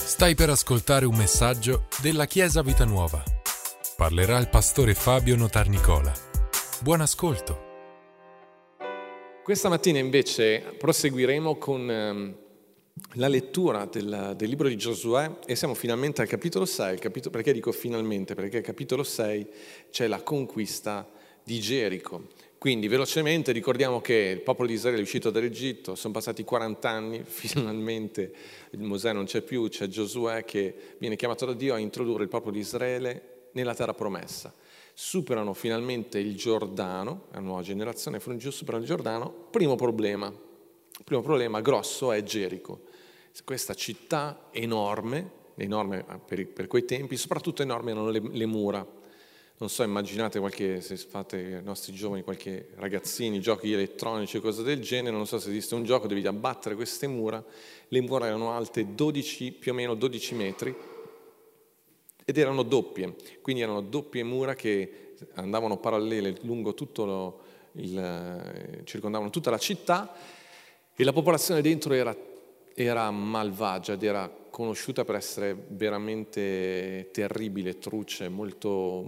Stai per ascoltare un messaggio della Chiesa Vita Nuova. Parlerà il pastore Fabio Notarnicola. Buon ascolto. Questa mattina invece proseguiremo con la lettura del libro di Giosuè e siamo finalmente al capitolo 6. Perché dico finalmente? Perché al capitolo 6 c'è la conquista di Gerico. Quindi velocemente ricordiamo che il popolo di Israele è uscito dall'Egitto, sono passati 40 anni, finalmente Mosè non c'è più, c'è Giosuè che viene chiamato da Dio a introdurre il popolo di Israele nella terra promessa. Superano finalmente il Giordano, la nuova generazione, superano il Giordano. Primo problema grosso è Gerico, questa città enorme per quei tempi, soprattutto enormi erano le mura. Non so, immaginate se fate i nostri giovani, qualche ragazzini, giochi elettronici o cose del genere, non so se esiste un gioco, devi abbattere queste mura. Le mura erano alte più o meno 12 metri ed erano doppie, quindi erano doppie mura che andavano parallele lungo circondavano tutta la città e la popolazione dentro era malvagia ed era conosciuta per essere veramente terribile, truce, molto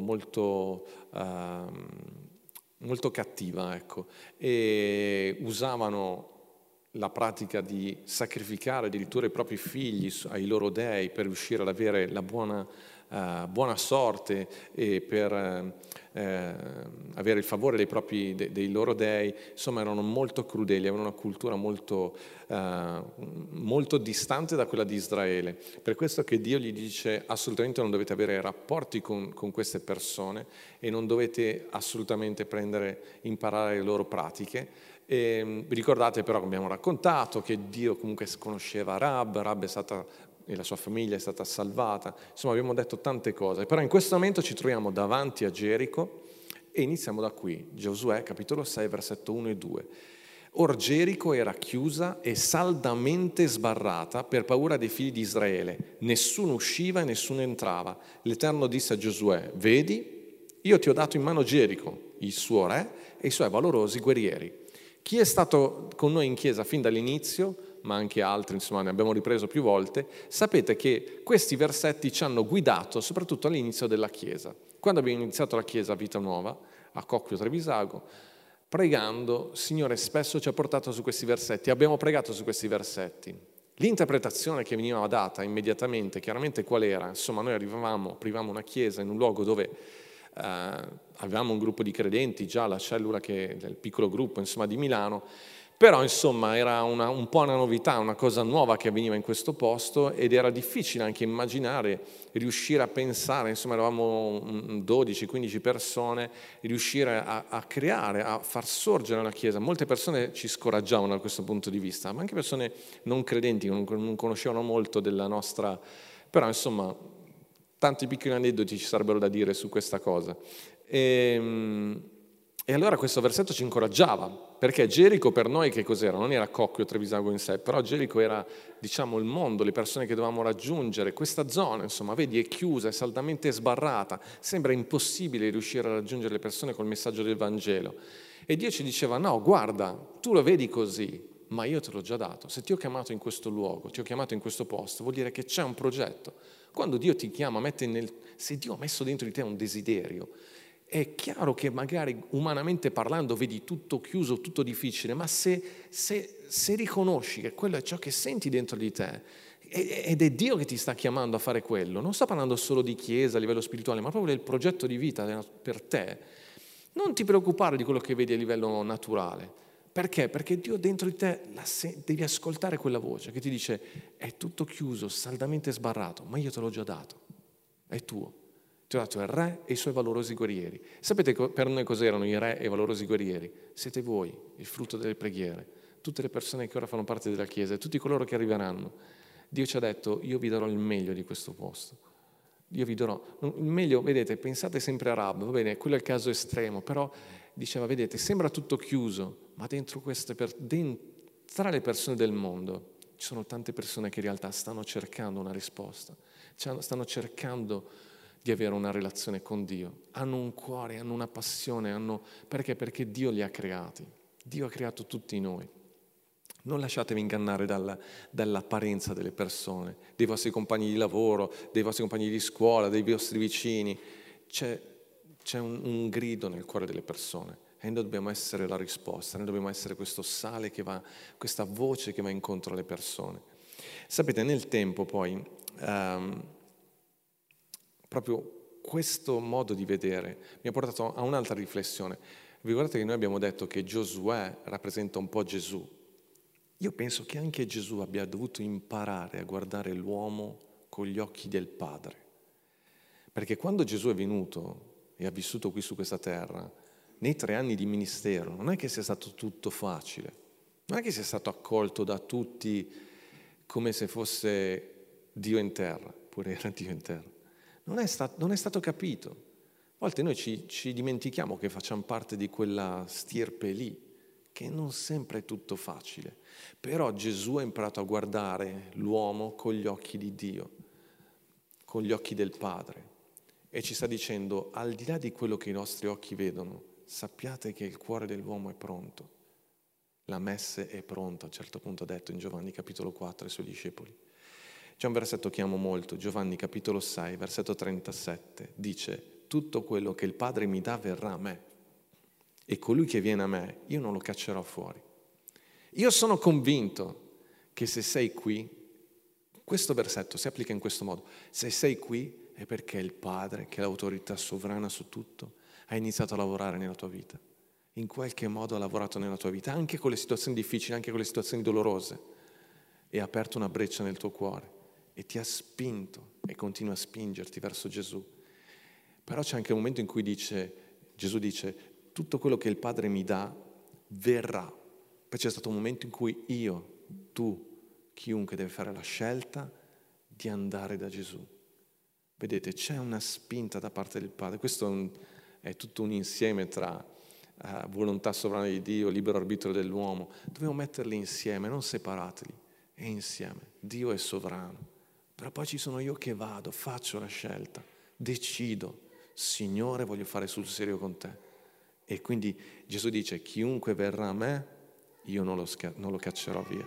cattiva, ecco. E usavano la pratica di sacrificare addirittura i propri figli ai loro dei per riuscire ad avere la buona sorte e per avere il favore dei loro dei. Insomma, erano molto crudeli, avevano una cultura molto distante da quella di Israele. Per questo che Dio gli dice assolutamente non dovete avere rapporti con queste persone e non dovete assolutamente imparare le loro pratiche. E ricordate però, come abbiamo raccontato, che Dio comunque conosceva Rahab e la sua famiglia è stata salvata. Insomma, abbiamo detto tante cose, però in questo momento ci troviamo davanti a Gerico e iniziamo da qui, Giosuè capitolo 6 versetto 1 e 2. Or Gerico era chiusa e saldamente sbarrata per paura dei figli di Israele, nessuno usciva e nessuno entrava. L'Eterno disse a Giosuè: vedi, io ti ho dato in mano Gerico, il suo re e i suoi valorosi guerrieri. Chi è stato con noi in chiesa fin dall'inizio, ma anche altri, insomma ne abbiamo ripreso più volte, sapete che questi versetti ci hanno guidato soprattutto all'inizio della chiesa. Quando abbiamo iniziato la chiesa Vita Nuova, a Cocchio Trevisago, pregando, Signore spesso ci ha portato su questi versetti, abbiamo pregato su questi versetti. L'interpretazione che veniva data immediatamente, chiaramente qual era? Insomma, noi aprivamo una chiesa in un luogo dove avevamo un gruppo di credenti, già la cellula del piccolo gruppo insomma di Milano, però insomma era un po' una novità, una cosa nuova che avveniva in questo posto ed era difficile anche immaginare, riuscire a pensare, insomma eravamo 12-15 persone, riuscire a creare, a far sorgere la Chiesa. Molte persone ci scoraggiavano da questo punto di vista, ma anche persone non credenti, che non conoscevano molto della nostra, però insomma tanti piccoli aneddoti ci sarebbero da dire su questa cosa. E allora questo versetto ci incoraggiava, perché Gerico per noi che cos'era? Non era Cocchio Trevisago in sé, però Gerico era, diciamo, il mondo, le persone che dovevamo raggiungere, questa zona, insomma, vedi, è chiusa, è saldamente sbarrata, sembra impossibile riuscire a raggiungere le persone col messaggio del Vangelo. E Dio ci diceva: no, guarda, tu lo vedi così, ma io te l'ho già dato. Se ti ho chiamato in questo luogo, ti ho chiamato in questo posto, vuol dire che c'è un progetto. Quando Dio ti chiama, se Dio ha messo dentro di te un desiderio, è chiaro che magari umanamente parlando vedi tutto chiuso, tutto difficile, ma se riconosci che quello è ciò che senti dentro di te ed è Dio che ti sta chiamando a fare quello, non sto parlando solo di chiesa a livello spirituale, ma proprio del progetto di vita per te, non ti preoccupare di quello che vedi a livello naturale. Perché? Perché Dio dentro di te devi ascoltare quella voce che ti dice: è tutto chiuso, saldamente sbarrato, ma io te l'ho già dato, è tuo. Ti ho dato il re e i suoi valorosi guerrieri. Sapete per noi cos'erano i re e i valorosi guerrieri? Siete voi, il frutto delle preghiere, tutte le persone che ora fanno parte della Chiesa e tutti coloro che arriveranno. Dio ci ha detto: io vi darò il meglio di questo posto. Io vi darò il meglio. Vedete, pensate sempre a Rahab, va bene, quello è il caso estremo, però diceva: vedete, sembra tutto chiuso, ma tra le persone del mondo ci sono tante persone che in realtà stanno cercando una risposta, stanno cercando di avere una relazione con Dio, hanno un cuore, hanno una passione, perché? Perché Dio li ha creati, Dio ha creato tutti noi. Non lasciatevi ingannare dall'apparenza delle persone, dei vostri compagni di lavoro, dei vostri compagni di scuola, dei vostri vicini. C'è un grido nel cuore delle persone e noi dobbiamo essere la risposta, noi dobbiamo essere questo sale che va, questa voce che va incontro alle persone. Sapete, nel tempo poi, proprio questo modo di vedere mi ha portato a un'altra riflessione. Vi ricordate che noi abbiamo detto che Giosuè rappresenta un po' Gesù? Io penso che anche Gesù abbia dovuto imparare a guardare l'uomo con gli occhi del Padre. Perché quando Gesù è venuto e ha vissuto qui su questa terra, nei 3 anni di ministero, non è che sia stato tutto facile, non è che sia stato accolto da tutti come se fosse Dio in terra, pure era Dio in terra. Non è stato capito. A volte noi ci dimentichiamo che facciamo parte di quella stirpe lì, che non sempre è tutto facile. Però Gesù ha imparato a guardare l'uomo con gli occhi di Dio, con gli occhi del Padre. E ci sta dicendo, al di là di quello che i nostri occhi vedono, sappiate che il cuore dell'uomo è pronto. La messe è pronta, a un certo punto ha detto in Giovanni capitolo 4 ai suoi discepoli. C'è un versetto che amo molto, Giovanni capitolo 6, versetto 37, dice: tutto quello che il Padre mi dà verrà a me, e colui che viene a me, io non lo caccerò fuori. Io sono convinto che se sei qui, questo versetto si applica in questo modo, se sei qui è perché il Padre, che è l'autorità sovrana su tutto, ha iniziato a lavorare nella tua vita. In qualche modo ha lavorato nella tua vita, anche con le situazioni difficili, anche con le situazioni dolorose, e ha aperto una breccia nel tuo cuore e ti ha spinto e continua a spingerti verso Gesù. Però c'è anche un momento in cui Gesù dice, tutto quello che il Padre mi dà verrà. Poi c'è stato un momento in cui io, tu, chiunque deve fare la scelta di andare da Gesù. Vedete, c'è una spinta da parte del Padre. Questo è tutto un insieme tra volontà sovrana di Dio, libero arbitrio dell'uomo. Dobbiamo metterli insieme, non separateli, e insieme. Dio è sovrano. Però poi ci sono io che vado, faccio la scelta, decido, Signore, voglio fare sul serio con te. E quindi Gesù dice, chiunque verrà a me, io non lo caccerò via.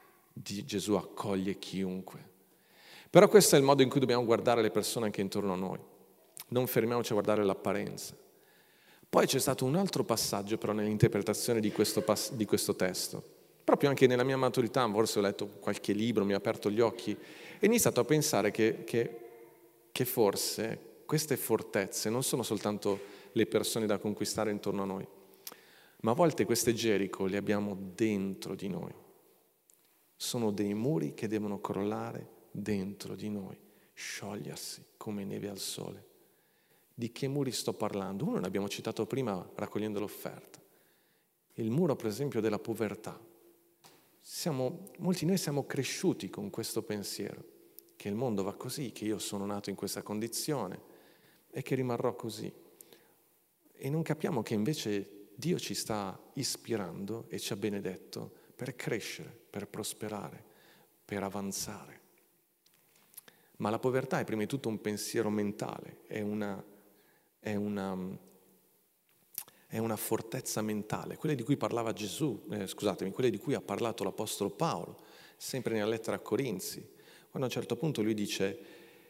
Gesù accoglie chiunque. Però questo è il modo in cui dobbiamo guardare le persone anche intorno a noi. Non fermiamoci a guardare l'apparenza. Poi c'è stato un altro passaggio però nell'interpretazione di questo testo. Proprio anche nella mia maturità, forse ho letto qualche libro, mi ha aperto gli occhi e ho iniziato a pensare che forse queste fortezze non sono soltanto le persone da conquistare intorno a noi, ma a volte queste Gerico le abbiamo dentro di noi. Sono dei muri che devono crollare dentro di noi, sciogliersi come neve al sole. Di che muri sto parlando? Uno l'abbiamo citato prima raccogliendo l'offerta. Il muro, per esempio, della povertà. Molti di noi siamo cresciuti con questo pensiero, che il mondo va così, che io sono nato in questa condizione e che rimarrò così. E non capiamo che invece Dio ci sta ispirando e ci ha benedetto per crescere, per prosperare, per avanzare. Ma la povertà è prima di tutto un pensiero mentale, è una fortezza mentale, quelle di cui parlava quelle di cui ha parlato l'Apostolo Paolo, sempre nella lettera a Corinzi, quando a un certo punto lui dice,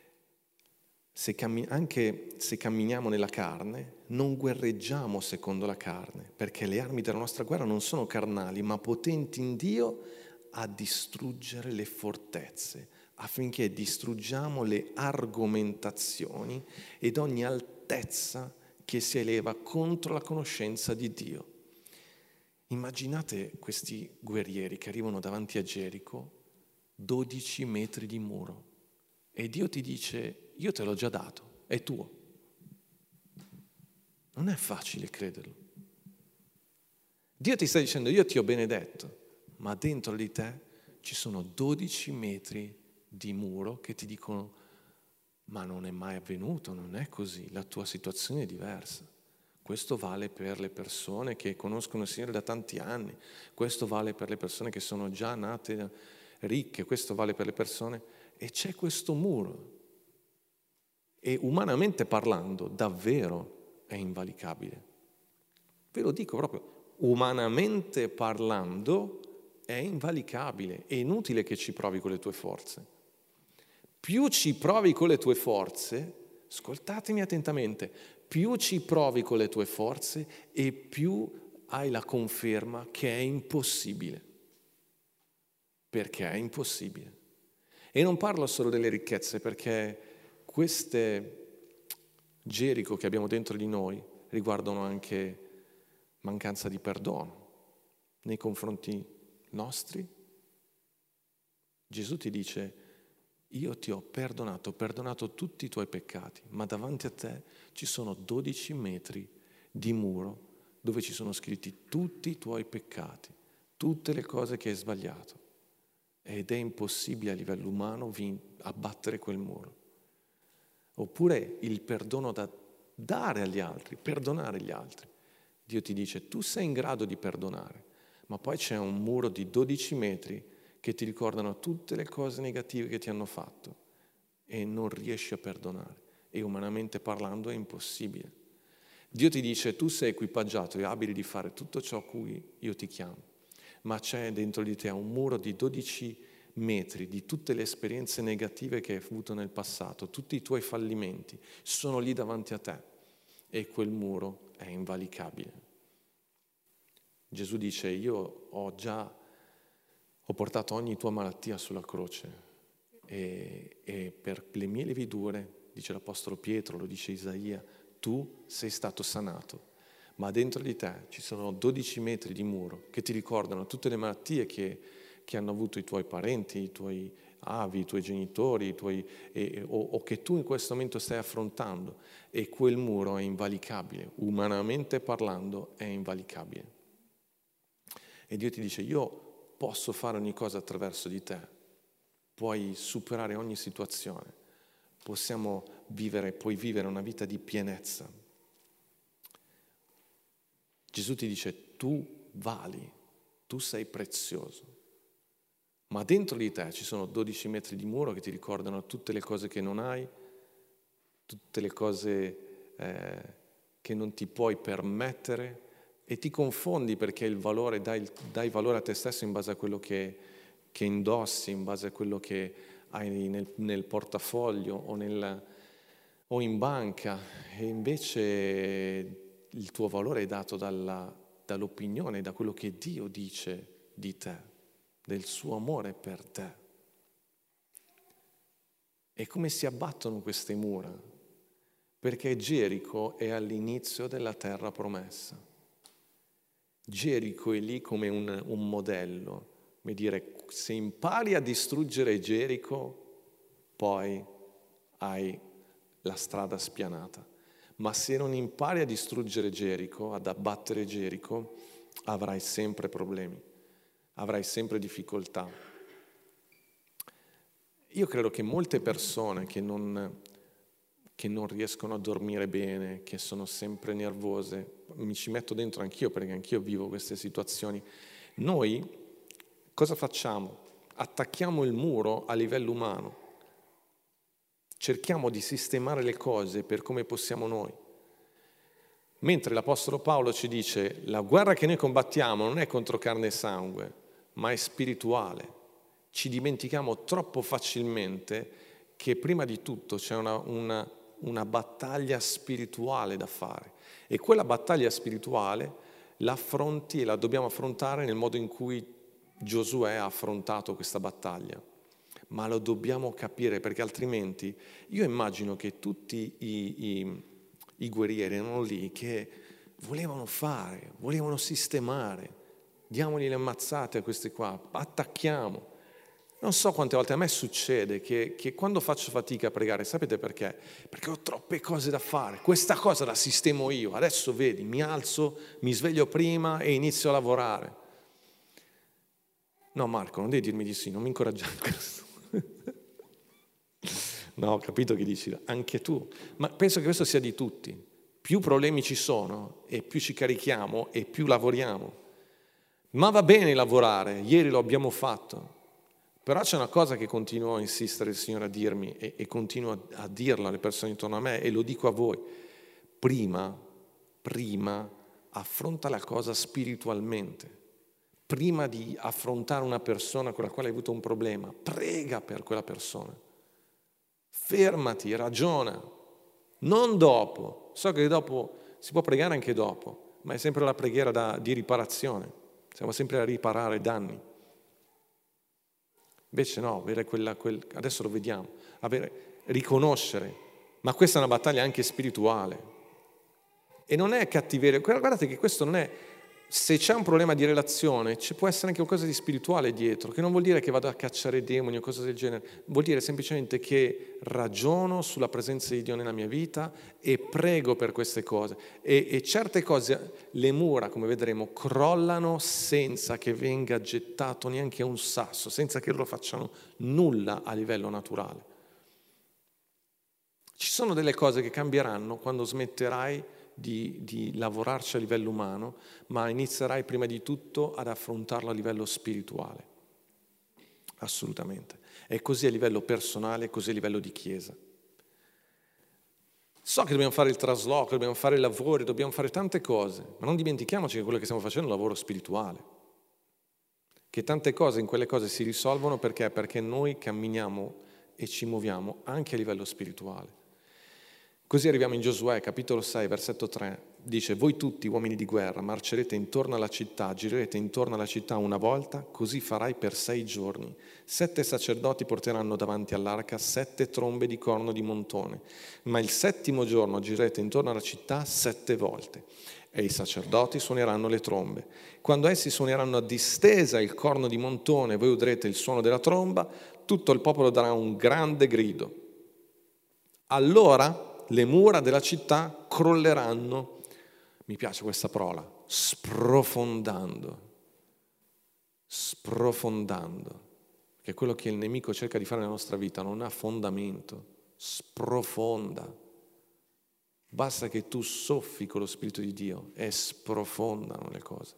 anche se camminiamo nella carne, non guerreggiamo secondo la carne, perché le armi della nostra guerra non sono carnali, ma potenti in Dio a distruggere le fortezze, affinché distruggiamo le argomentazioni ed ogni altezza che si eleva contro la conoscenza di Dio. Immaginate questi guerrieri che arrivano davanti a Gerico, 12 metri di muro, e Dio ti dice, io te l'ho già dato, è tuo. Non è facile crederlo. Dio ti sta dicendo, io ti ho benedetto, ma dentro di te ci sono 12 metri di muro che ti dicono, ma non è mai avvenuto, non è così, la tua situazione è diversa. Questo vale per le persone che conoscono il Signore da tanti anni, questo vale per le persone che sono già nate ricche, questo vale per le persone, e c'è questo muro. E umanamente parlando, davvero è invalicabile. Ve lo dico proprio, umanamente parlando è invalicabile, è inutile che ci provi con le tue forze. Più ci provi con le tue forze, ascoltatemi attentamente, più ci provi con le tue forze e più hai la conferma che è impossibile. Perché è impossibile. E non parlo solo delle ricchezze, perché queste Gerico che abbiamo dentro di noi riguardano anche mancanza di perdono nei confronti nostri. Gesù ti dice: io ti ho perdonato tutti i tuoi peccati, ma davanti a te ci sono 12 metri di muro dove ci sono scritti tutti i tuoi peccati, tutte le cose che hai sbagliato. Ed è impossibile a livello umano abbattere quel muro. Oppure il perdono da dare agli altri, perdonare gli altri. Dio ti dice: tu sei in grado di perdonare, ma poi c'è un muro di 12 metri che ti ricordano tutte le cose negative che ti hanno fatto e non riesci a perdonare. E umanamente parlando è impossibile. Dio ti dice: tu sei equipaggiato e abile di fare tutto ciò a cui io ti chiamo, ma c'è dentro di te un muro di 12 metri di tutte le esperienze negative che hai avuto nel passato, tutti i tuoi fallimenti sono lì davanti a te e quel muro è invalicabile. Gesù dice: io ho portato ogni tua malattia sulla croce e per le mie lividure, dice l'Apostolo Pietro, lo dice Isaia, tu sei stato sanato. Ma dentro di te ci sono 12 metri di muro che ti ricordano tutte le malattie che hanno avuto i tuoi parenti, i tuoi avi, i tuoi genitori, o che tu in questo momento stai affrontando. E quel muro è invalicabile, umanamente parlando è invalicabile. E Dio ti dice: io posso fare ogni cosa attraverso di te, puoi superare ogni situazione, puoi vivere una vita di pienezza. Gesù ti dice: tu vali, tu sei prezioso, ma dentro di te ci sono 12 metri di muro che ti ricordano tutte le cose che non hai, tutte le cose che non ti puoi permettere, e ti confondi perché il valore dai valore a te stesso in base a quello che indossi, in base a quello che hai nel portafoglio o in banca, e invece il tuo valore è dato dall'opinione, da quello che Dio dice di te, del suo amore per te. E come si abbattono queste mura? Perché Gerico è all'inizio della terra promessa. Gerico è lì come un modello, come dire, se impari a distruggere Gerico, poi hai la strada spianata. Ma se non impari a distruggere Gerico, ad abbattere Gerico, avrai sempre problemi, avrai sempre difficoltà. Io credo che molte persone che non riescono a dormire bene, che sono sempre nervose, mi ci metto dentro anch'io perché anch'io vivo queste situazioni, noi cosa facciamo? Attacchiamo il muro a livello umano. Cerchiamo di sistemare le cose per come possiamo noi. Mentre l'Apostolo Paolo ci dice: la guerra che noi combattiamo non è contro carne e sangue, ma è spirituale. Ci dimentichiamo troppo facilmente che prima di tutto c'è una battaglia spirituale da fare. E quella battaglia spirituale la affronti e la dobbiamo affrontare nel modo in cui Giosuè ha affrontato questa battaglia. Ma lo dobbiamo capire, perché altrimenti io immagino che tutti i guerrieri erano lì che volevano sistemare, diamogli le ammazzate a questi qua, attacchiamo. Non so quante volte a me succede che quando faccio fatica a pregare, sapete perché? Perché ho troppe cose da fare, questa cosa la sistemo io, adesso vedi, mi alzo, mi sveglio prima e inizio a lavorare. No Marco, non devi dirmi di sì, non mi incoraggiare in questo. No, ho capito che dici, anche tu, ma penso che questo sia di tutti. Più problemi ci sono e più ci carichiamo e più lavoriamo. Ma va bene lavorare, ieri lo abbiamo fatto, però c'è una cosa che continuo a insistere il Signore a dirmi e continuo a dirla alle persone intorno a me, e lo dico a voi: prima affronta la cosa spiritualmente, prima di affrontare una persona con la quale hai avuto un problema, prega per quella persona. Fermati, ragiona, non dopo. So che dopo si può pregare anche dopo, ma è sempre la preghiera di riparazione. Siamo sempre a riparare danni. Invece no, avere adesso lo vediamo, riconoscere, ma questa è una battaglia anche spirituale. E non è cattiveria, guardate che questo non è, se c'è un problema di relazione, ci può essere anche qualcosa di spirituale dietro, che non vuol dire che vado a cacciare demoni o cose del genere, vuol dire semplicemente che ragiono sulla presenza di Dio nella mia vita e prego per queste cose. E certe cose, le mura, come vedremo, crollano senza che venga gettato neanche un sasso, senza che loro facciano nulla a livello naturale. Ci sono delle cose che cambieranno quando smetterai di lavorarci a livello umano, ma inizierai prima di tutto ad affrontarlo a livello spirituale. Assolutamente. È così a livello personale, è così a livello di chiesa. So che dobbiamo fare il trasloco, dobbiamo fare i lavori, dobbiamo fare tante cose, ma non dimentichiamoci che quello che stiamo facendo è un lavoro spirituale. Che tante cose in quelle cose si risolvono perché noi camminiamo e ci muoviamo anche a livello spirituale. Così arriviamo in Giosuè, capitolo 6, versetto 3, dice: voi tutti, uomini di guerra, marcerete intorno alla città, girerete intorno alla città una volta, così farai per 6 giorni. 7 sacerdoti porteranno davanti all'arca 7 trombe di corno di montone, ma il 7° giorno girerete intorno alla città 7 volte. E i sacerdoti suoneranno le trombe. Quando essi suoneranno a distesa il corno di montone, voi udrete il suono della tromba, tutto il popolo darà un grande grido. Allora le mura della città crolleranno, mi piace questa parola, sprofondando, che è quello che il nemico cerca di fare nella nostra vita, non ha fondamento, sprofonda. Basta che tu soffi con lo Spirito di Dio e sprofondano le cose.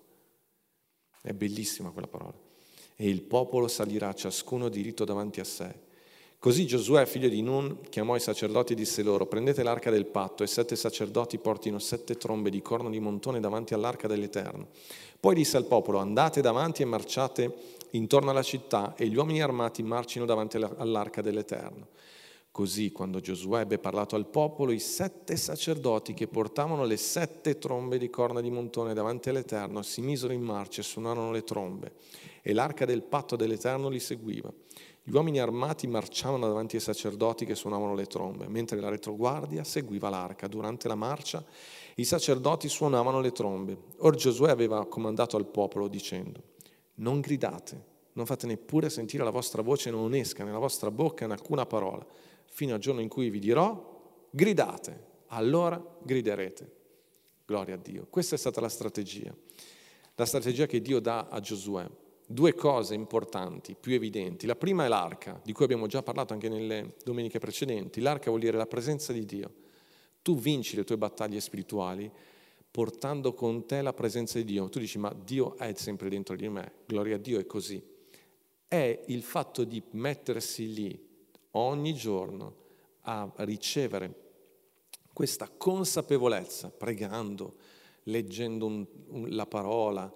È bellissima quella parola. E il popolo salirà ciascuno diritto davanti a sé. Così Giosuè, figlio di Nun, chiamò i sacerdoti e disse loro: prendete l'arca del patto e 7 sacerdoti portino 7 trombe di corno di montone davanti all'arca dell'Eterno. Poi disse al popolo: andate davanti e marciate intorno alla città e gli uomini armati marcino davanti all'arca dell'Eterno. Così, quando Giosuè ebbe parlato al popolo, i 7 sacerdoti che portavano le 7 trombe di corna di montone davanti all'Eterno si misero in marcia e suonarono le trombe, e l'arca del patto dell'Eterno li seguiva. Gli uomini armati marciavano davanti ai sacerdoti che suonavano le trombe, mentre la retroguardia seguiva l'arca. Durante la marcia i sacerdoti suonavano le trombe. Or Giosuè aveva comandato al popolo dicendo: non gridate, non fate neppure sentire la vostra voce, non esca nella vostra bocca alcuna parola, fino al giorno in cui vi dirò: gridate, allora griderete. Gloria a Dio. Questa è stata la strategia che Dio dà a Giosuè. 2 cose importanti, più evidenti. La prima è l'arca, di cui abbiamo già parlato anche nelle domeniche precedenti. L'arca vuol dire la presenza di Dio. Tu vinci le tue battaglie spirituali portando con te la presenza di Dio. Tu dici: ma Dio è sempre dentro di me. Gloria a Dio, è così. È il fatto di mettersi lì ogni giorno a ricevere questa consapevolezza, pregando, leggendo la parola,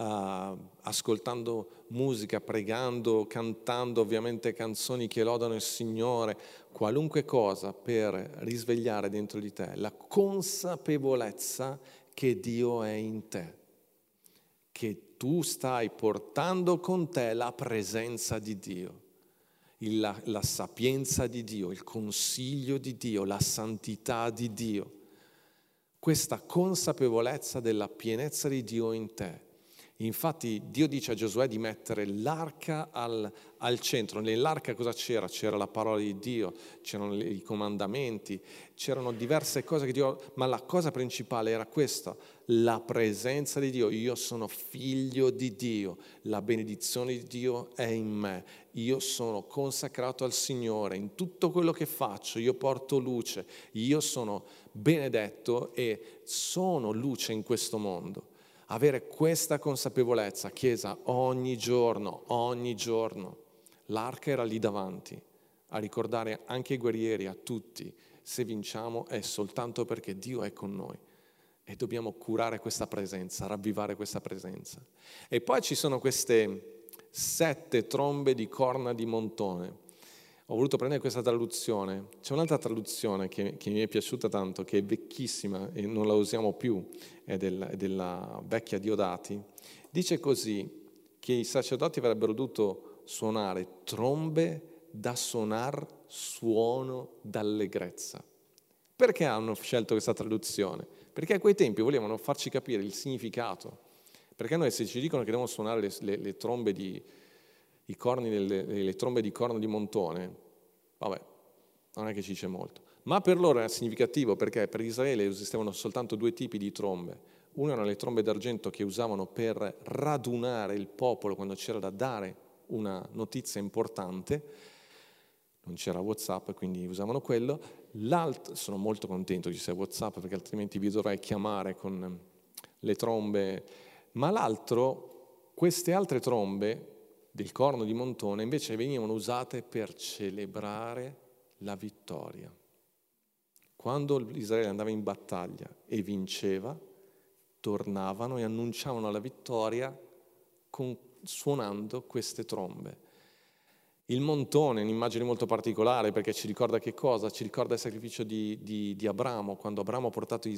ascoltando musica, pregando, cantando ovviamente canzoni che lodano il Signore, qualunque cosa per risvegliare dentro di te la consapevolezza che Dio è in te, che tu stai portando con te la presenza di Dio, la sapienza di Dio, il consiglio di Dio, la santità di Dio. Questa consapevolezza della pienezza di Dio in te. Infatti Dio dice a Giosuè di mettere l'arca al centro. Nell'arca cosa c'era? C'era la parola di Dio, c'erano i comandamenti, c'erano diverse cose che Dio... Ma la cosa principale era questa, la presenza di Dio. Io sono figlio di Dio, la benedizione di Dio è in me. Io sono consacrato al Signore, in tutto quello che faccio io porto luce, io sono benedetto e sono luce in questo mondo. Avere questa consapevolezza, Chiesa, ogni giorno, l'arca era lì davanti, a ricordare anche ai guerrieri, a tutti, se vinciamo è soltanto perché Dio è con noi. E dobbiamo curare questa presenza, ravvivare questa presenza. E poi ci sono queste 7 trombe di corna di montone. Ho voluto prendere questa traduzione. C'è un'altra traduzione che mi è piaciuta tanto, che è vecchissima e non la usiamo più, è della vecchia Diodati. Dice così, che i sacerdoti avrebbero dovuto suonare trombe da sonar suono d'allegrezza. Perché hanno scelto questa traduzione? Perché a quei tempi volevano farci capire il significato. Perché noi se ci dicono che devono suonare le trombe le trombe di corno di montone, vabbè, non è che ci dice molto. Ma per loro era significativo perché per Israele esistevano soltanto 2 tipi di trombe. Una erano le trombe d'argento che usavano per radunare il popolo quando c'era da dare una notizia importante. Non c'era WhatsApp, quindi usavano quello. L'altro, sono molto contento che ci sia WhatsApp perché altrimenti vi dovrei chiamare con le trombe. Ma l'altro, queste altre trombe del corno di montone invece venivano usate per celebrare la vittoria. Quando Israele andava in battaglia e vinceva, tornavano e annunciavano la vittoria suonando queste trombe. Il montone è un'immagine molto particolare perché ci ricorda che cosa? Ci ricorda il sacrificio di Abramo, quando Abramo ha portato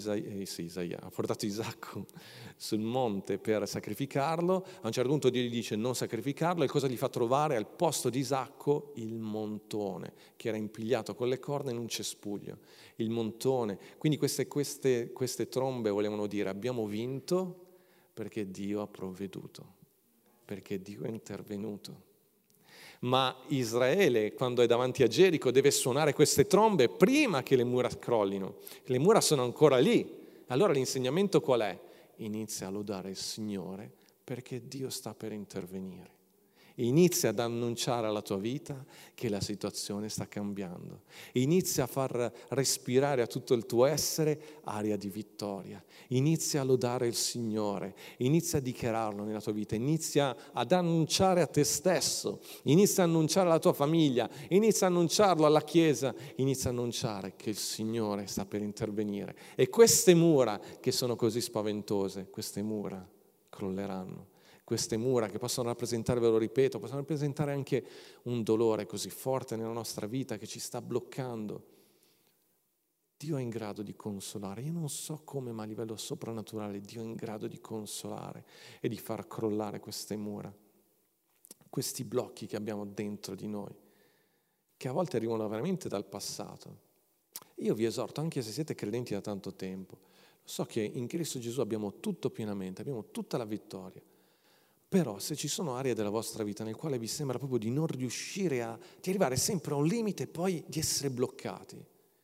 Isacco sul monte per sacrificarlo. A un certo punto Dio gli dice non sacrificarlo, e cosa gli fa trovare? Al posto di Isacco il montone, che era impigliato con le corna in un cespuglio. Il montone. Quindi queste trombe volevano dire abbiamo vinto perché Dio ha provveduto, perché Dio è intervenuto. Ma Israele, quando è davanti a Gerico, deve suonare queste trombe prima che le mura crollino. Le mura sono ancora lì. Allora l'insegnamento qual è? Inizia a lodare il Signore perché Dio sta per intervenire. Inizia ad annunciare alla tua vita che la situazione sta cambiando. Inizia a far respirare a tutto il tuo essere aria di vittoria. Inizia a lodare il Signore. Inizia a dichiararlo nella tua vita. Inizia ad annunciare a te stesso. Inizia a annunciare alla tua famiglia. Inizia a annunciarlo alla Chiesa. Inizia a annunciare che il Signore sta per intervenire. E queste mura che sono così spaventose, queste mura crolleranno. Queste mura che possono rappresentare, ve lo ripeto, possono rappresentare anche un dolore così forte nella nostra vita che ci sta bloccando. Dio è in grado di consolare. Io non so come, ma a livello soprannaturale Dio è in grado di consolare e di far crollare queste mura, questi blocchi che abbiamo dentro di noi, che a volte arrivano veramente dal passato. Io vi esorto, anche se siete credenti da tanto tempo, so che in Cristo Gesù abbiamo tutto pienamente, abbiamo tutta la vittoria. Però se ci sono aree della vostra vita nel quale vi sembra proprio di non riuscire di arrivare sempre a un limite e poi di essere bloccati,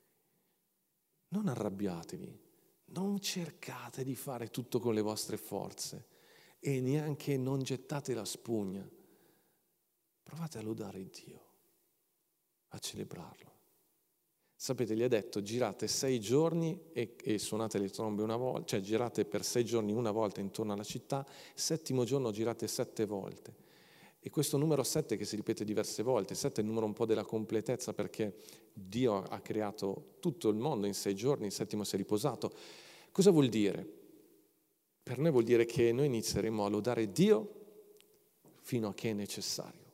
non arrabbiatevi, non cercate di fare tutto con le vostre forze e neanche non gettate la spugna. Provate a lodare Dio, a celebrarlo. Sapete, gli ha detto girate 6 giorni e suonate le trombe una volta, cioè girate per 6 giorni una volta intorno alla città, 7° giorno girate 7 volte. E questo numero 7 che si ripete diverse volte, 7 è il numero un po' della completezza perché Dio ha creato tutto il mondo in 6 giorni, il 7° si è riposato. Cosa vuol dire? Per noi vuol dire che noi inizieremo a lodare Dio fino a che è necessario.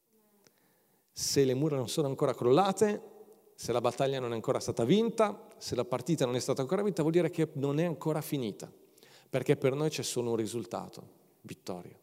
Se le mura non sono ancora crollate, se la battaglia non è ancora stata vinta, se la partita non è stata ancora vinta, vuol dire che non è ancora finita, perché per noi c'è solo un risultato, vittoria.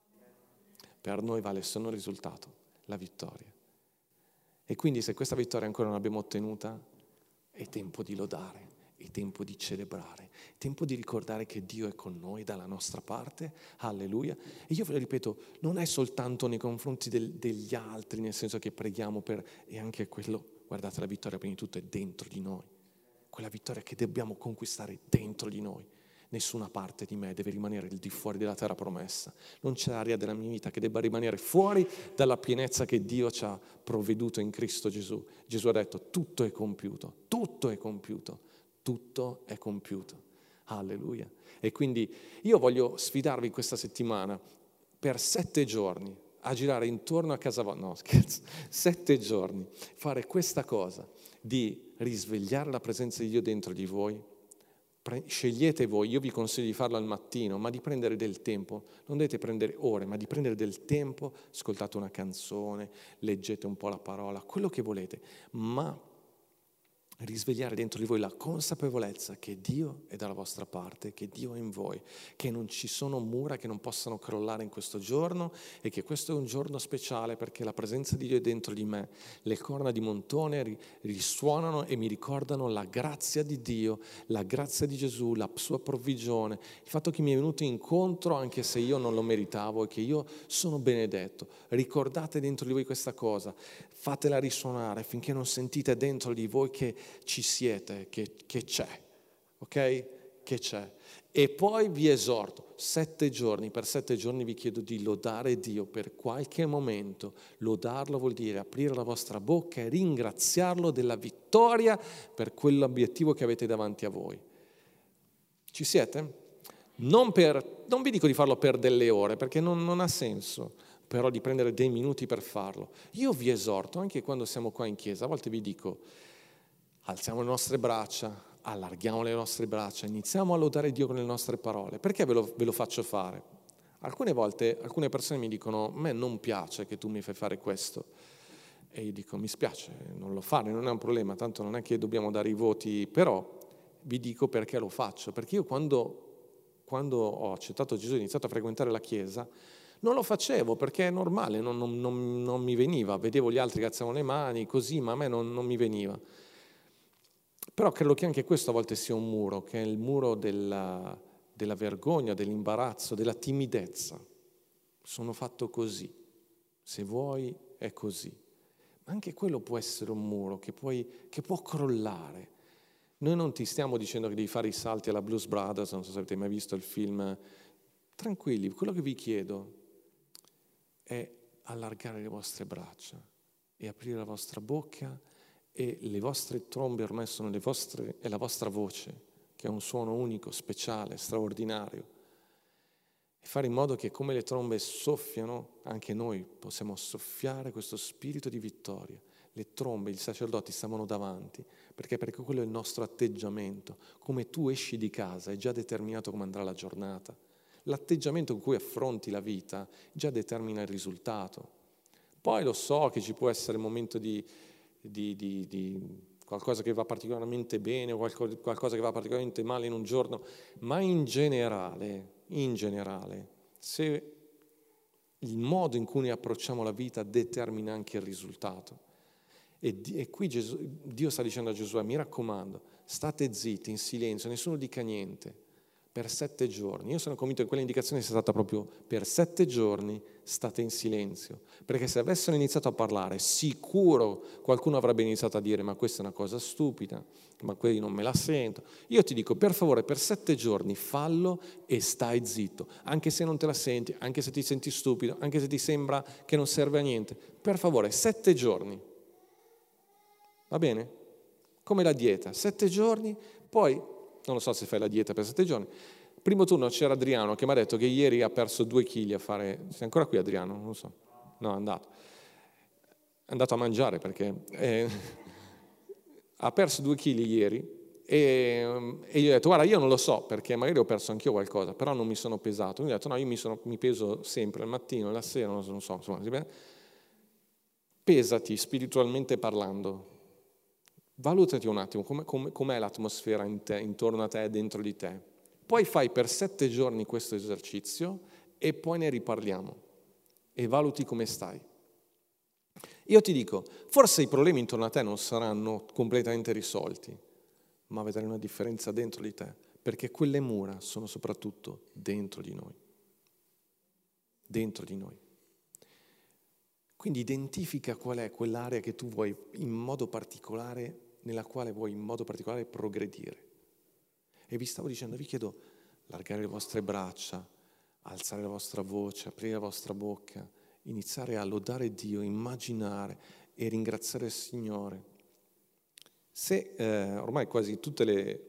Per noi vale solo un risultato, la vittoria. E quindi se questa vittoria ancora non l'abbiamo ottenuta, è tempo di lodare, è tempo di celebrare, è tempo di ricordare che Dio è con noi dalla nostra parte, alleluia. E io ve lo ripeto, non è soltanto nei confronti degli altri, nel senso che preghiamo e anche quello. Guardate, la vittoria prima di tutto è dentro di noi. Quella vittoria che dobbiamo conquistare dentro di noi. Nessuna parte di me deve rimanere al di fuori della terra promessa. Non c'è area della mia vita che debba rimanere fuori dalla pienezza che Dio ci ha provveduto in Cristo Gesù. Gesù ha detto tutto è compiuto, tutto è compiuto, tutto è compiuto. Alleluia. E quindi io voglio sfidarvi questa settimana per 7 giorni a girare intorno a casa vostra, no scherzo, 7 giorni, fare questa cosa di risvegliare la presenza di Dio dentro di voi, Scegliete voi, io vi consiglio di farlo al mattino, ma di prendere del tempo, non dovete prendere ore, ma di prendere del tempo, ascoltate una canzone, leggete un po' la parola, quello che volete, ma risvegliare dentro di voi la consapevolezza che Dio è dalla vostra parte, che Dio è in voi, che non ci sono mura che non possano crollare in questo giorno e che questo è un giorno speciale perché la presenza di Dio è dentro di me. Le corna di Montone risuonano e mi ricordano la grazia di Dio, la grazia di Gesù, la sua provvigione, il fatto che mi è venuto incontro anche se io non lo meritavo e che io sono benedetto. Ricordate dentro di voi questa cosa, fatela risuonare finché non sentite dentro di voi che ci siete, che c'è, ok? Che c'è. E poi vi esorto, 7 giorni, per 7 giorni vi chiedo di lodare Dio per qualche momento. Lodarlo vuol dire aprire la vostra bocca e ringraziarlo della vittoria per quell'obiettivo che avete davanti a voi. Ci siete? Non vi dico di farlo per delle ore, perché non ha senso, però di prendere dei minuti per farlo. Io vi esorto, anche quando siamo qua in chiesa, a volte vi dico, alziamo le nostre braccia, allarghiamo le nostre braccia, iniziamo a lodare Dio con le nostre parole. Perché ve lo faccio fare? Alcune volte alcune persone mi dicono, a me non piace che tu mi fai fare questo. E io dico, mi spiace, non lo fare, non è un problema, tanto non è che dobbiamo dare i voti, però vi dico perché lo faccio. Perché io quando ho accettato Gesù e ho iniziato a frequentare la chiesa, non lo facevo perché è normale, non mi veniva. Vedevo gli altri che alzavano le mani, così, ma a me non mi veniva. Però credo che anche questo a volte sia un muro, che è il muro della vergogna, dell'imbarazzo, della timidezza. Sono fatto così, se vuoi è così. Ma anche quello può essere un muro che può crollare. Noi non ti stiamo dicendo che devi fare i salti alla Blues Brothers, non so se avete mai visto il film. Tranquilli, quello che vi chiedo è allargare le vostre braccia e aprire la vostra bocca e le vostre trombe ormai sono è la vostra voce, che ha un suono unico, speciale, straordinario. E fare in modo che come le trombe soffiano, anche noi possiamo soffiare questo spirito di vittoria. Le trombe, i sacerdoti stavano davanti, perché quello è il nostro atteggiamento. Come tu esci di casa è già determinato come andrà la giornata. L'atteggiamento con cui affronti la vita già determina il risultato. Poi lo so che ci può essere il momento di qualcosa che va particolarmente bene o qualcosa che va particolarmente male in un giorno, ma in generale, se il modo in cui ne approcciamo la vita determina anche il risultato. E qui Dio sta dicendo a Giosuè, mi raccomando, state zitti, in silenzio, nessuno dica niente, per 7 giorni. Io sono convinto che quell'indicazione sia stata proprio per 7 giorni state in silenzio, perché se avessero iniziato a parlare, sicuro qualcuno avrebbe iniziato a dire ma questa è una cosa stupida, ma quelli non me la sento. Io ti dico, per favore, per 7 giorni fallo e stai zitto, anche se non te la senti, anche se ti senti stupido, anche se ti sembra che non serve a niente. Per favore, 7 giorni. Va bene? Come la dieta, 7 giorni, poi, non lo so se fai la dieta per 7 giorni, primo turno c'era Adriano che mi ha detto che ieri ha perso 2 kg a fare, sei ancora qui Adriano? Non lo so, no è andato a mangiare perché ha perso 2 kg ieri e gli ho detto guarda io non lo so perché magari ho perso anch'io qualcosa, però non mi sono pesato, quindi ho detto no io mi peso sempre al mattino, alla sera, non so, insomma, pesati spiritualmente parlando. Valutati un attimo com'è l'atmosfera intorno a te, dentro di te. Poi fai per 7 giorni questo esercizio e poi ne riparliamo e valuti come stai. Io ti dico, forse i problemi intorno a te non saranno completamente risolti, ma vedrai una differenza dentro di te, perché quelle mura sono soprattutto dentro di noi. Dentro di noi. Quindi identifica qual è quell'area che tu vuoi in modo particolare, nella quale vuoi in modo particolare progredire. E vi stavo dicendo, vi chiedo, allargare le vostre braccia, alzare la vostra voce, aprire la vostra bocca, iniziare a lodare Dio, immaginare e ringraziare il Signore. Se ormai quasi tutte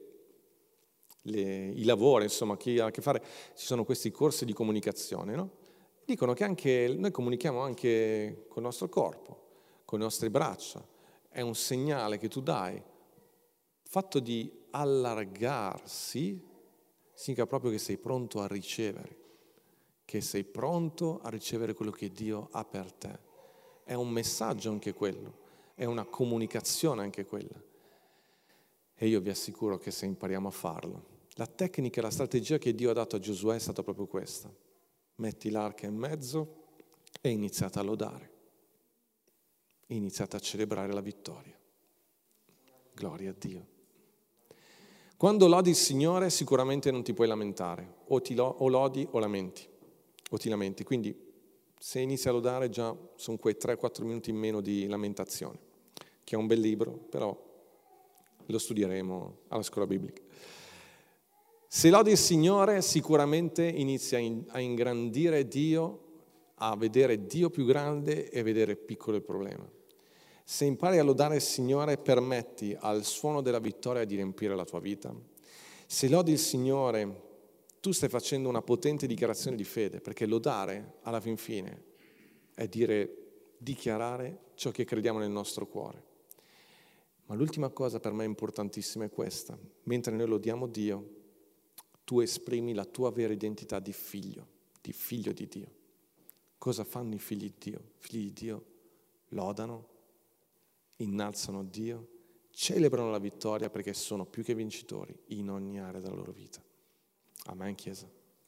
i lavori, insomma, chi ha a che fare, ci sono questi corsi di comunicazione, no? Dicono che anche noi comunichiamo anche col nostro corpo, con le nostre braccia. È un segnale che tu dai. Il fatto di allargarsi significa proprio che sei pronto a ricevere, che sei pronto a ricevere quello che Dio ha per te. È un messaggio anche quello, è una comunicazione anche quella. E io vi assicuro che se impariamo a farlo, la tecnica e la strategia che Dio ha dato a Giosuè è stata proprio questa. Metti l'arca in mezzo e iniziate a lodare. Iniziate a celebrare la vittoria. Gloria a Dio. Quando lodi il Signore sicuramente non ti puoi lamentare. O lodi o lamenti. O ti lamenti. Quindi se inizi a lodare già sono quei 3-4 minuti in meno di lamentazione, che è un bel libro, però lo studieremo alla scuola biblica. Se lodi il Signore sicuramente inizi a ingrandire Dio, a vedere Dio più grande e vedere piccolo il problema. Se impari a lodare il Signore, permetti al suono della vittoria di riempire la tua vita. Se lodi il Signore, tu stai facendo una potente dichiarazione di fede, perché lodare, alla fin fine, è dichiarare ciò che crediamo nel nostro cuore. Ma l'ultima cosa per me importantissima è questa. Mentre noi lodiamo Dio, tu esprimi la tua vera identità di figlio di Dio. Cosa fanno i figli di Dio? I figli di Dio lodano, innalzano Dio, celebrano la vittoria perché sono più che vincitori in ogni area della loro vita. Amen, Chiesa.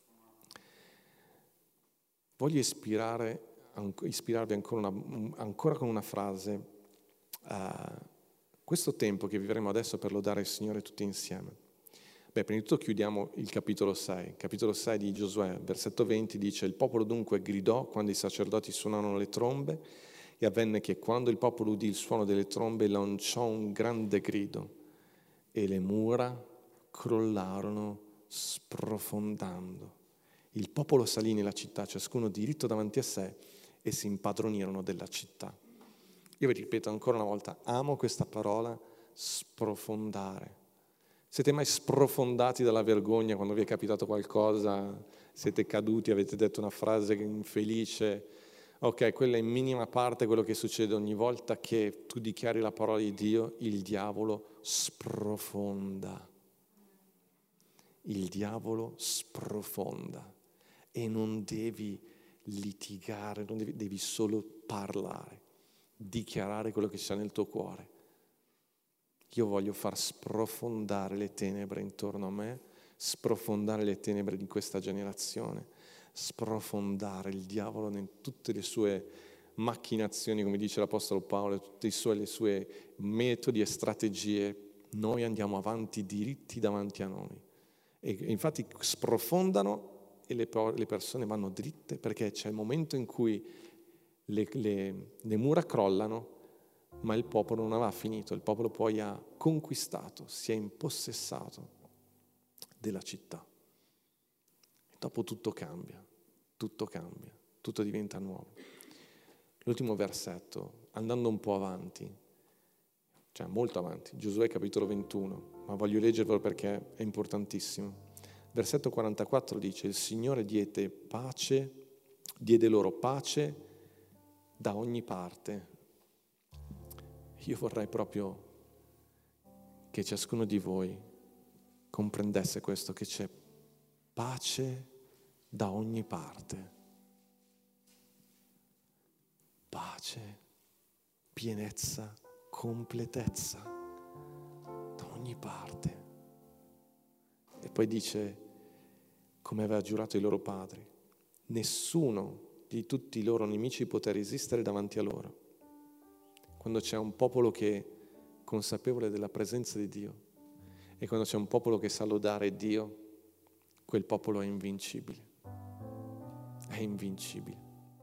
Voglio ispirarvi ancora con una frase. Questo tempo che vivremo adesso per lodare il Signore tutti insieme. Prima di tutto chiudiamo il capitolo 6. Il capitolo 6 di Giosuè, versetto 20, dice: il popolo dunque gridò quando i sacerdoti suonarono le trombe, e avvenne che quando il popolo udì il suono delle trombe lanciò un grande grido e le mura crollarono sprofondando. Il popolo salì nella città, ciascuno diritto davanti a sé, e si impadronirono della città. Io vi ripeto ancora una volta, amo questa parola, sprofondare. Siete mai sprofondati dalla vergogna quando vi è capitato qualcosa, siete caduti, avete detto una frase infelice? Ok, quella è in minima parte quello che succede ogni volta che tu dichiari la parola di Dio, il diavolo sprofonda. Il diavolo sprofonda e non devi litigare, devi solo parlare, dichiarare quello che c'è nel tuo cuore. Io voglio far sprofondare le tenebre intorno a me, sprofondare le tenebre di questa generazione, sprofondare il diavolo in tutte le sue macchinazioni, come dice l'Apostolo Paolo, tutte le sue metodi e strategie. Noi andiamo avanti diritti davanti a noi. E infatti sprofondano e le persone vanno dritte perché c'è il momento in cui le mura crollano, ma il popolo non aveva finito, il popolo poi ha conquistato, si è impossessato della città. E dopo tutto cambia, tutto diventa nuovo. L'ultimo versetto, andando un po' avanti, cioè molto avanti, Giosuè capitolo 21, ma voglio leggervelo perché è importantissimo. Versetto 44 dice: il Signore diede loro pace da ogni parte. Io vorrei proprio che ciascuno di voi comprendesse questo, che c'è pace da ogni parte. Pace, pienezza, completezza da ogni parte. E poi dice, come aveva giurato i loro padri, nessuno di tutti i loro nemici poté resistere davanti a loro. Quando c'è un popolo che è consapevole della presenza di Dio e quando c'è un popolo che sa lodare Dio, quel popolo è invincibile. È invincibile.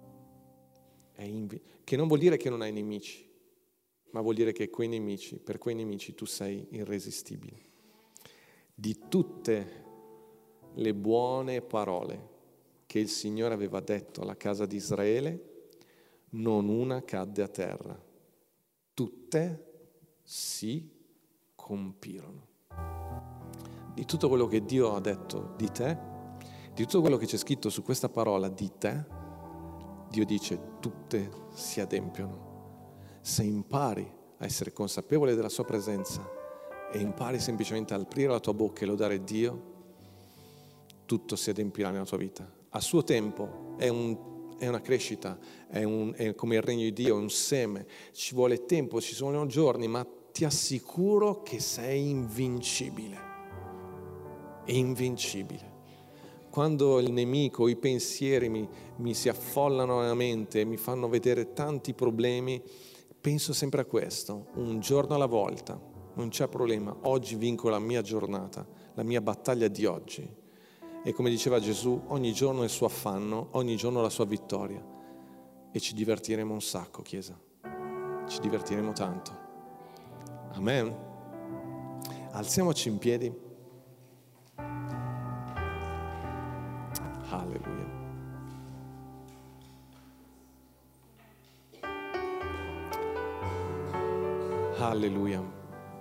Che non vuol dire che non hai nemici, ma vuol dire che per quei nemici tu sei irresistibile. Di tutte le buone parole che il Signore aveva detto alla casa di Israele, non una cadde a terra. Tutte si compirono. Di tutto quello che Dio ha detto di te, di tutto quello che c'è scritto su questa parola di te, Dio dice tutte si adempiono. Se impari a essere consapevole della sua presenza e impari semplicemente ad aprire la tua bocca e lodare Dio, tutto si adempirà nella tua vita. A suo tempo è una crescita, è come il regno di Dio, è un seme, ci vuole tempo, ci sono giorni, ma ti assicuro che sei invincibile. Invincibile. Quando il nemico, i pensieri mi si affollano nella mente, mi fanno vedere tanti problemi, penso sempre a questo, un giorno alla volta, non c'è problema, oggi vinco la mia giornata, la mia battaglia di oggi. E come diceva Gesù, ogni giorno il suo affanno, ogni giorno la sua vittoria. E ci divertiremo un sacco, Chiesa. Ci divertiremo tanto. Amen. Alziamoci in piedi. Alleluia. Alleluia.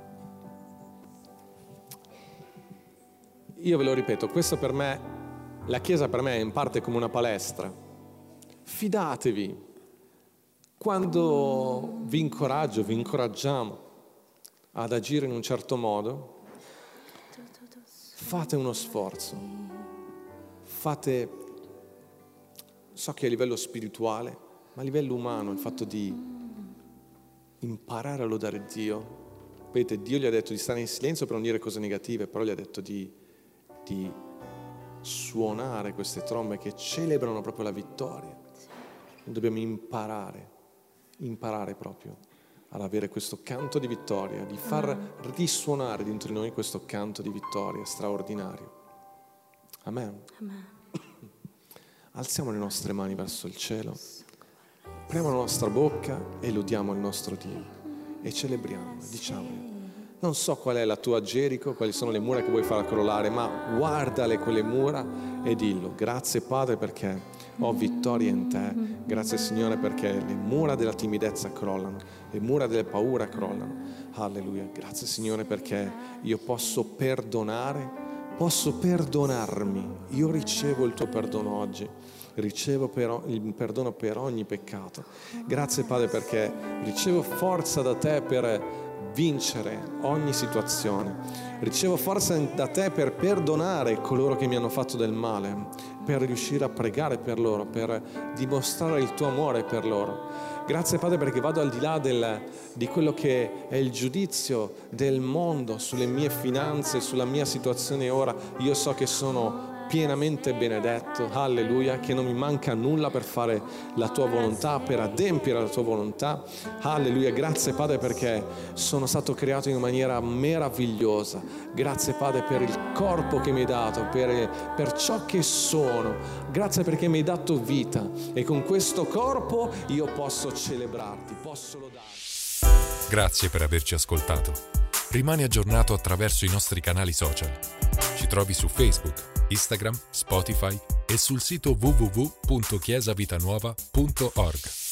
Io ve lo ripeto, questo per me, la Chiesa per me è in parte come una palestra. Fidatevi. Quando vi incoraggio, vi incoraggiamo ad agire in un certo modo, fate uno sforzo. So che a livello spirituale, ma a livello umano, il fatto di imparare a lodare Dio. Vedete, Dio gli ha detto di stare in silenzio per non dire cose negative, però gli ha detto di suonare queste trombe che celebrano proprio la vittoria. Dobbiamo imparare proprio ad avere questo canto di vittoria, di far risuonare dentro di noi questo canto di vittoria straordinario. Amen. Amen. Alziamo le nostre mani verso il cielo, apriamo la nostra bocca e lodiamo il nostro Dio e celebriamo, diciamolo. Non so qual è la tua Gerico, quali sono le mura che vuoi far crollare, ma guardale quelle mura e dillo: grazie Padre perché ho vittoria in te, grazie Signore perché le mura della timidezza crollano, le mura delle paure crollano. Alleluia, grazie Signore perché io posso perdonare, posso perdonarmi, io ricevo il tuo perdono oggi. Ricevo il perdono per ogni peccato. Grazie Padre perché ricevo forza da te per vincere ogni situazione. Ricevo forza da te per perdonare coloro che mi hanno fatto del male, per riuscire a pregare per loro, per dimostrare il tuo amore per loro. Grazie Padre perché vado al di là di quello che è il giudizio del mondo sulle mie finanze, sulla mia situazione ora. Io so che sono pienamente benedetto, alleluia, che non mi manca nulla per fare la tua volontà, per adempiere la tua volontà, alleluia. Grazie Padre perché sono stato creato in maniera meravigliosa. Grazie Padre per il corpo che mi hai dato, per ciò che sono. Grazie perché mi hai dato vita e con questo corpo io posso celebrarti, posso lodarti. Grazie per averci ascoltato. Rimani aggiornato attraverso i nostri canali social. Ci trovi su Facebook, Instagram, Spotify e sul sito www.chiesavitanuova.org.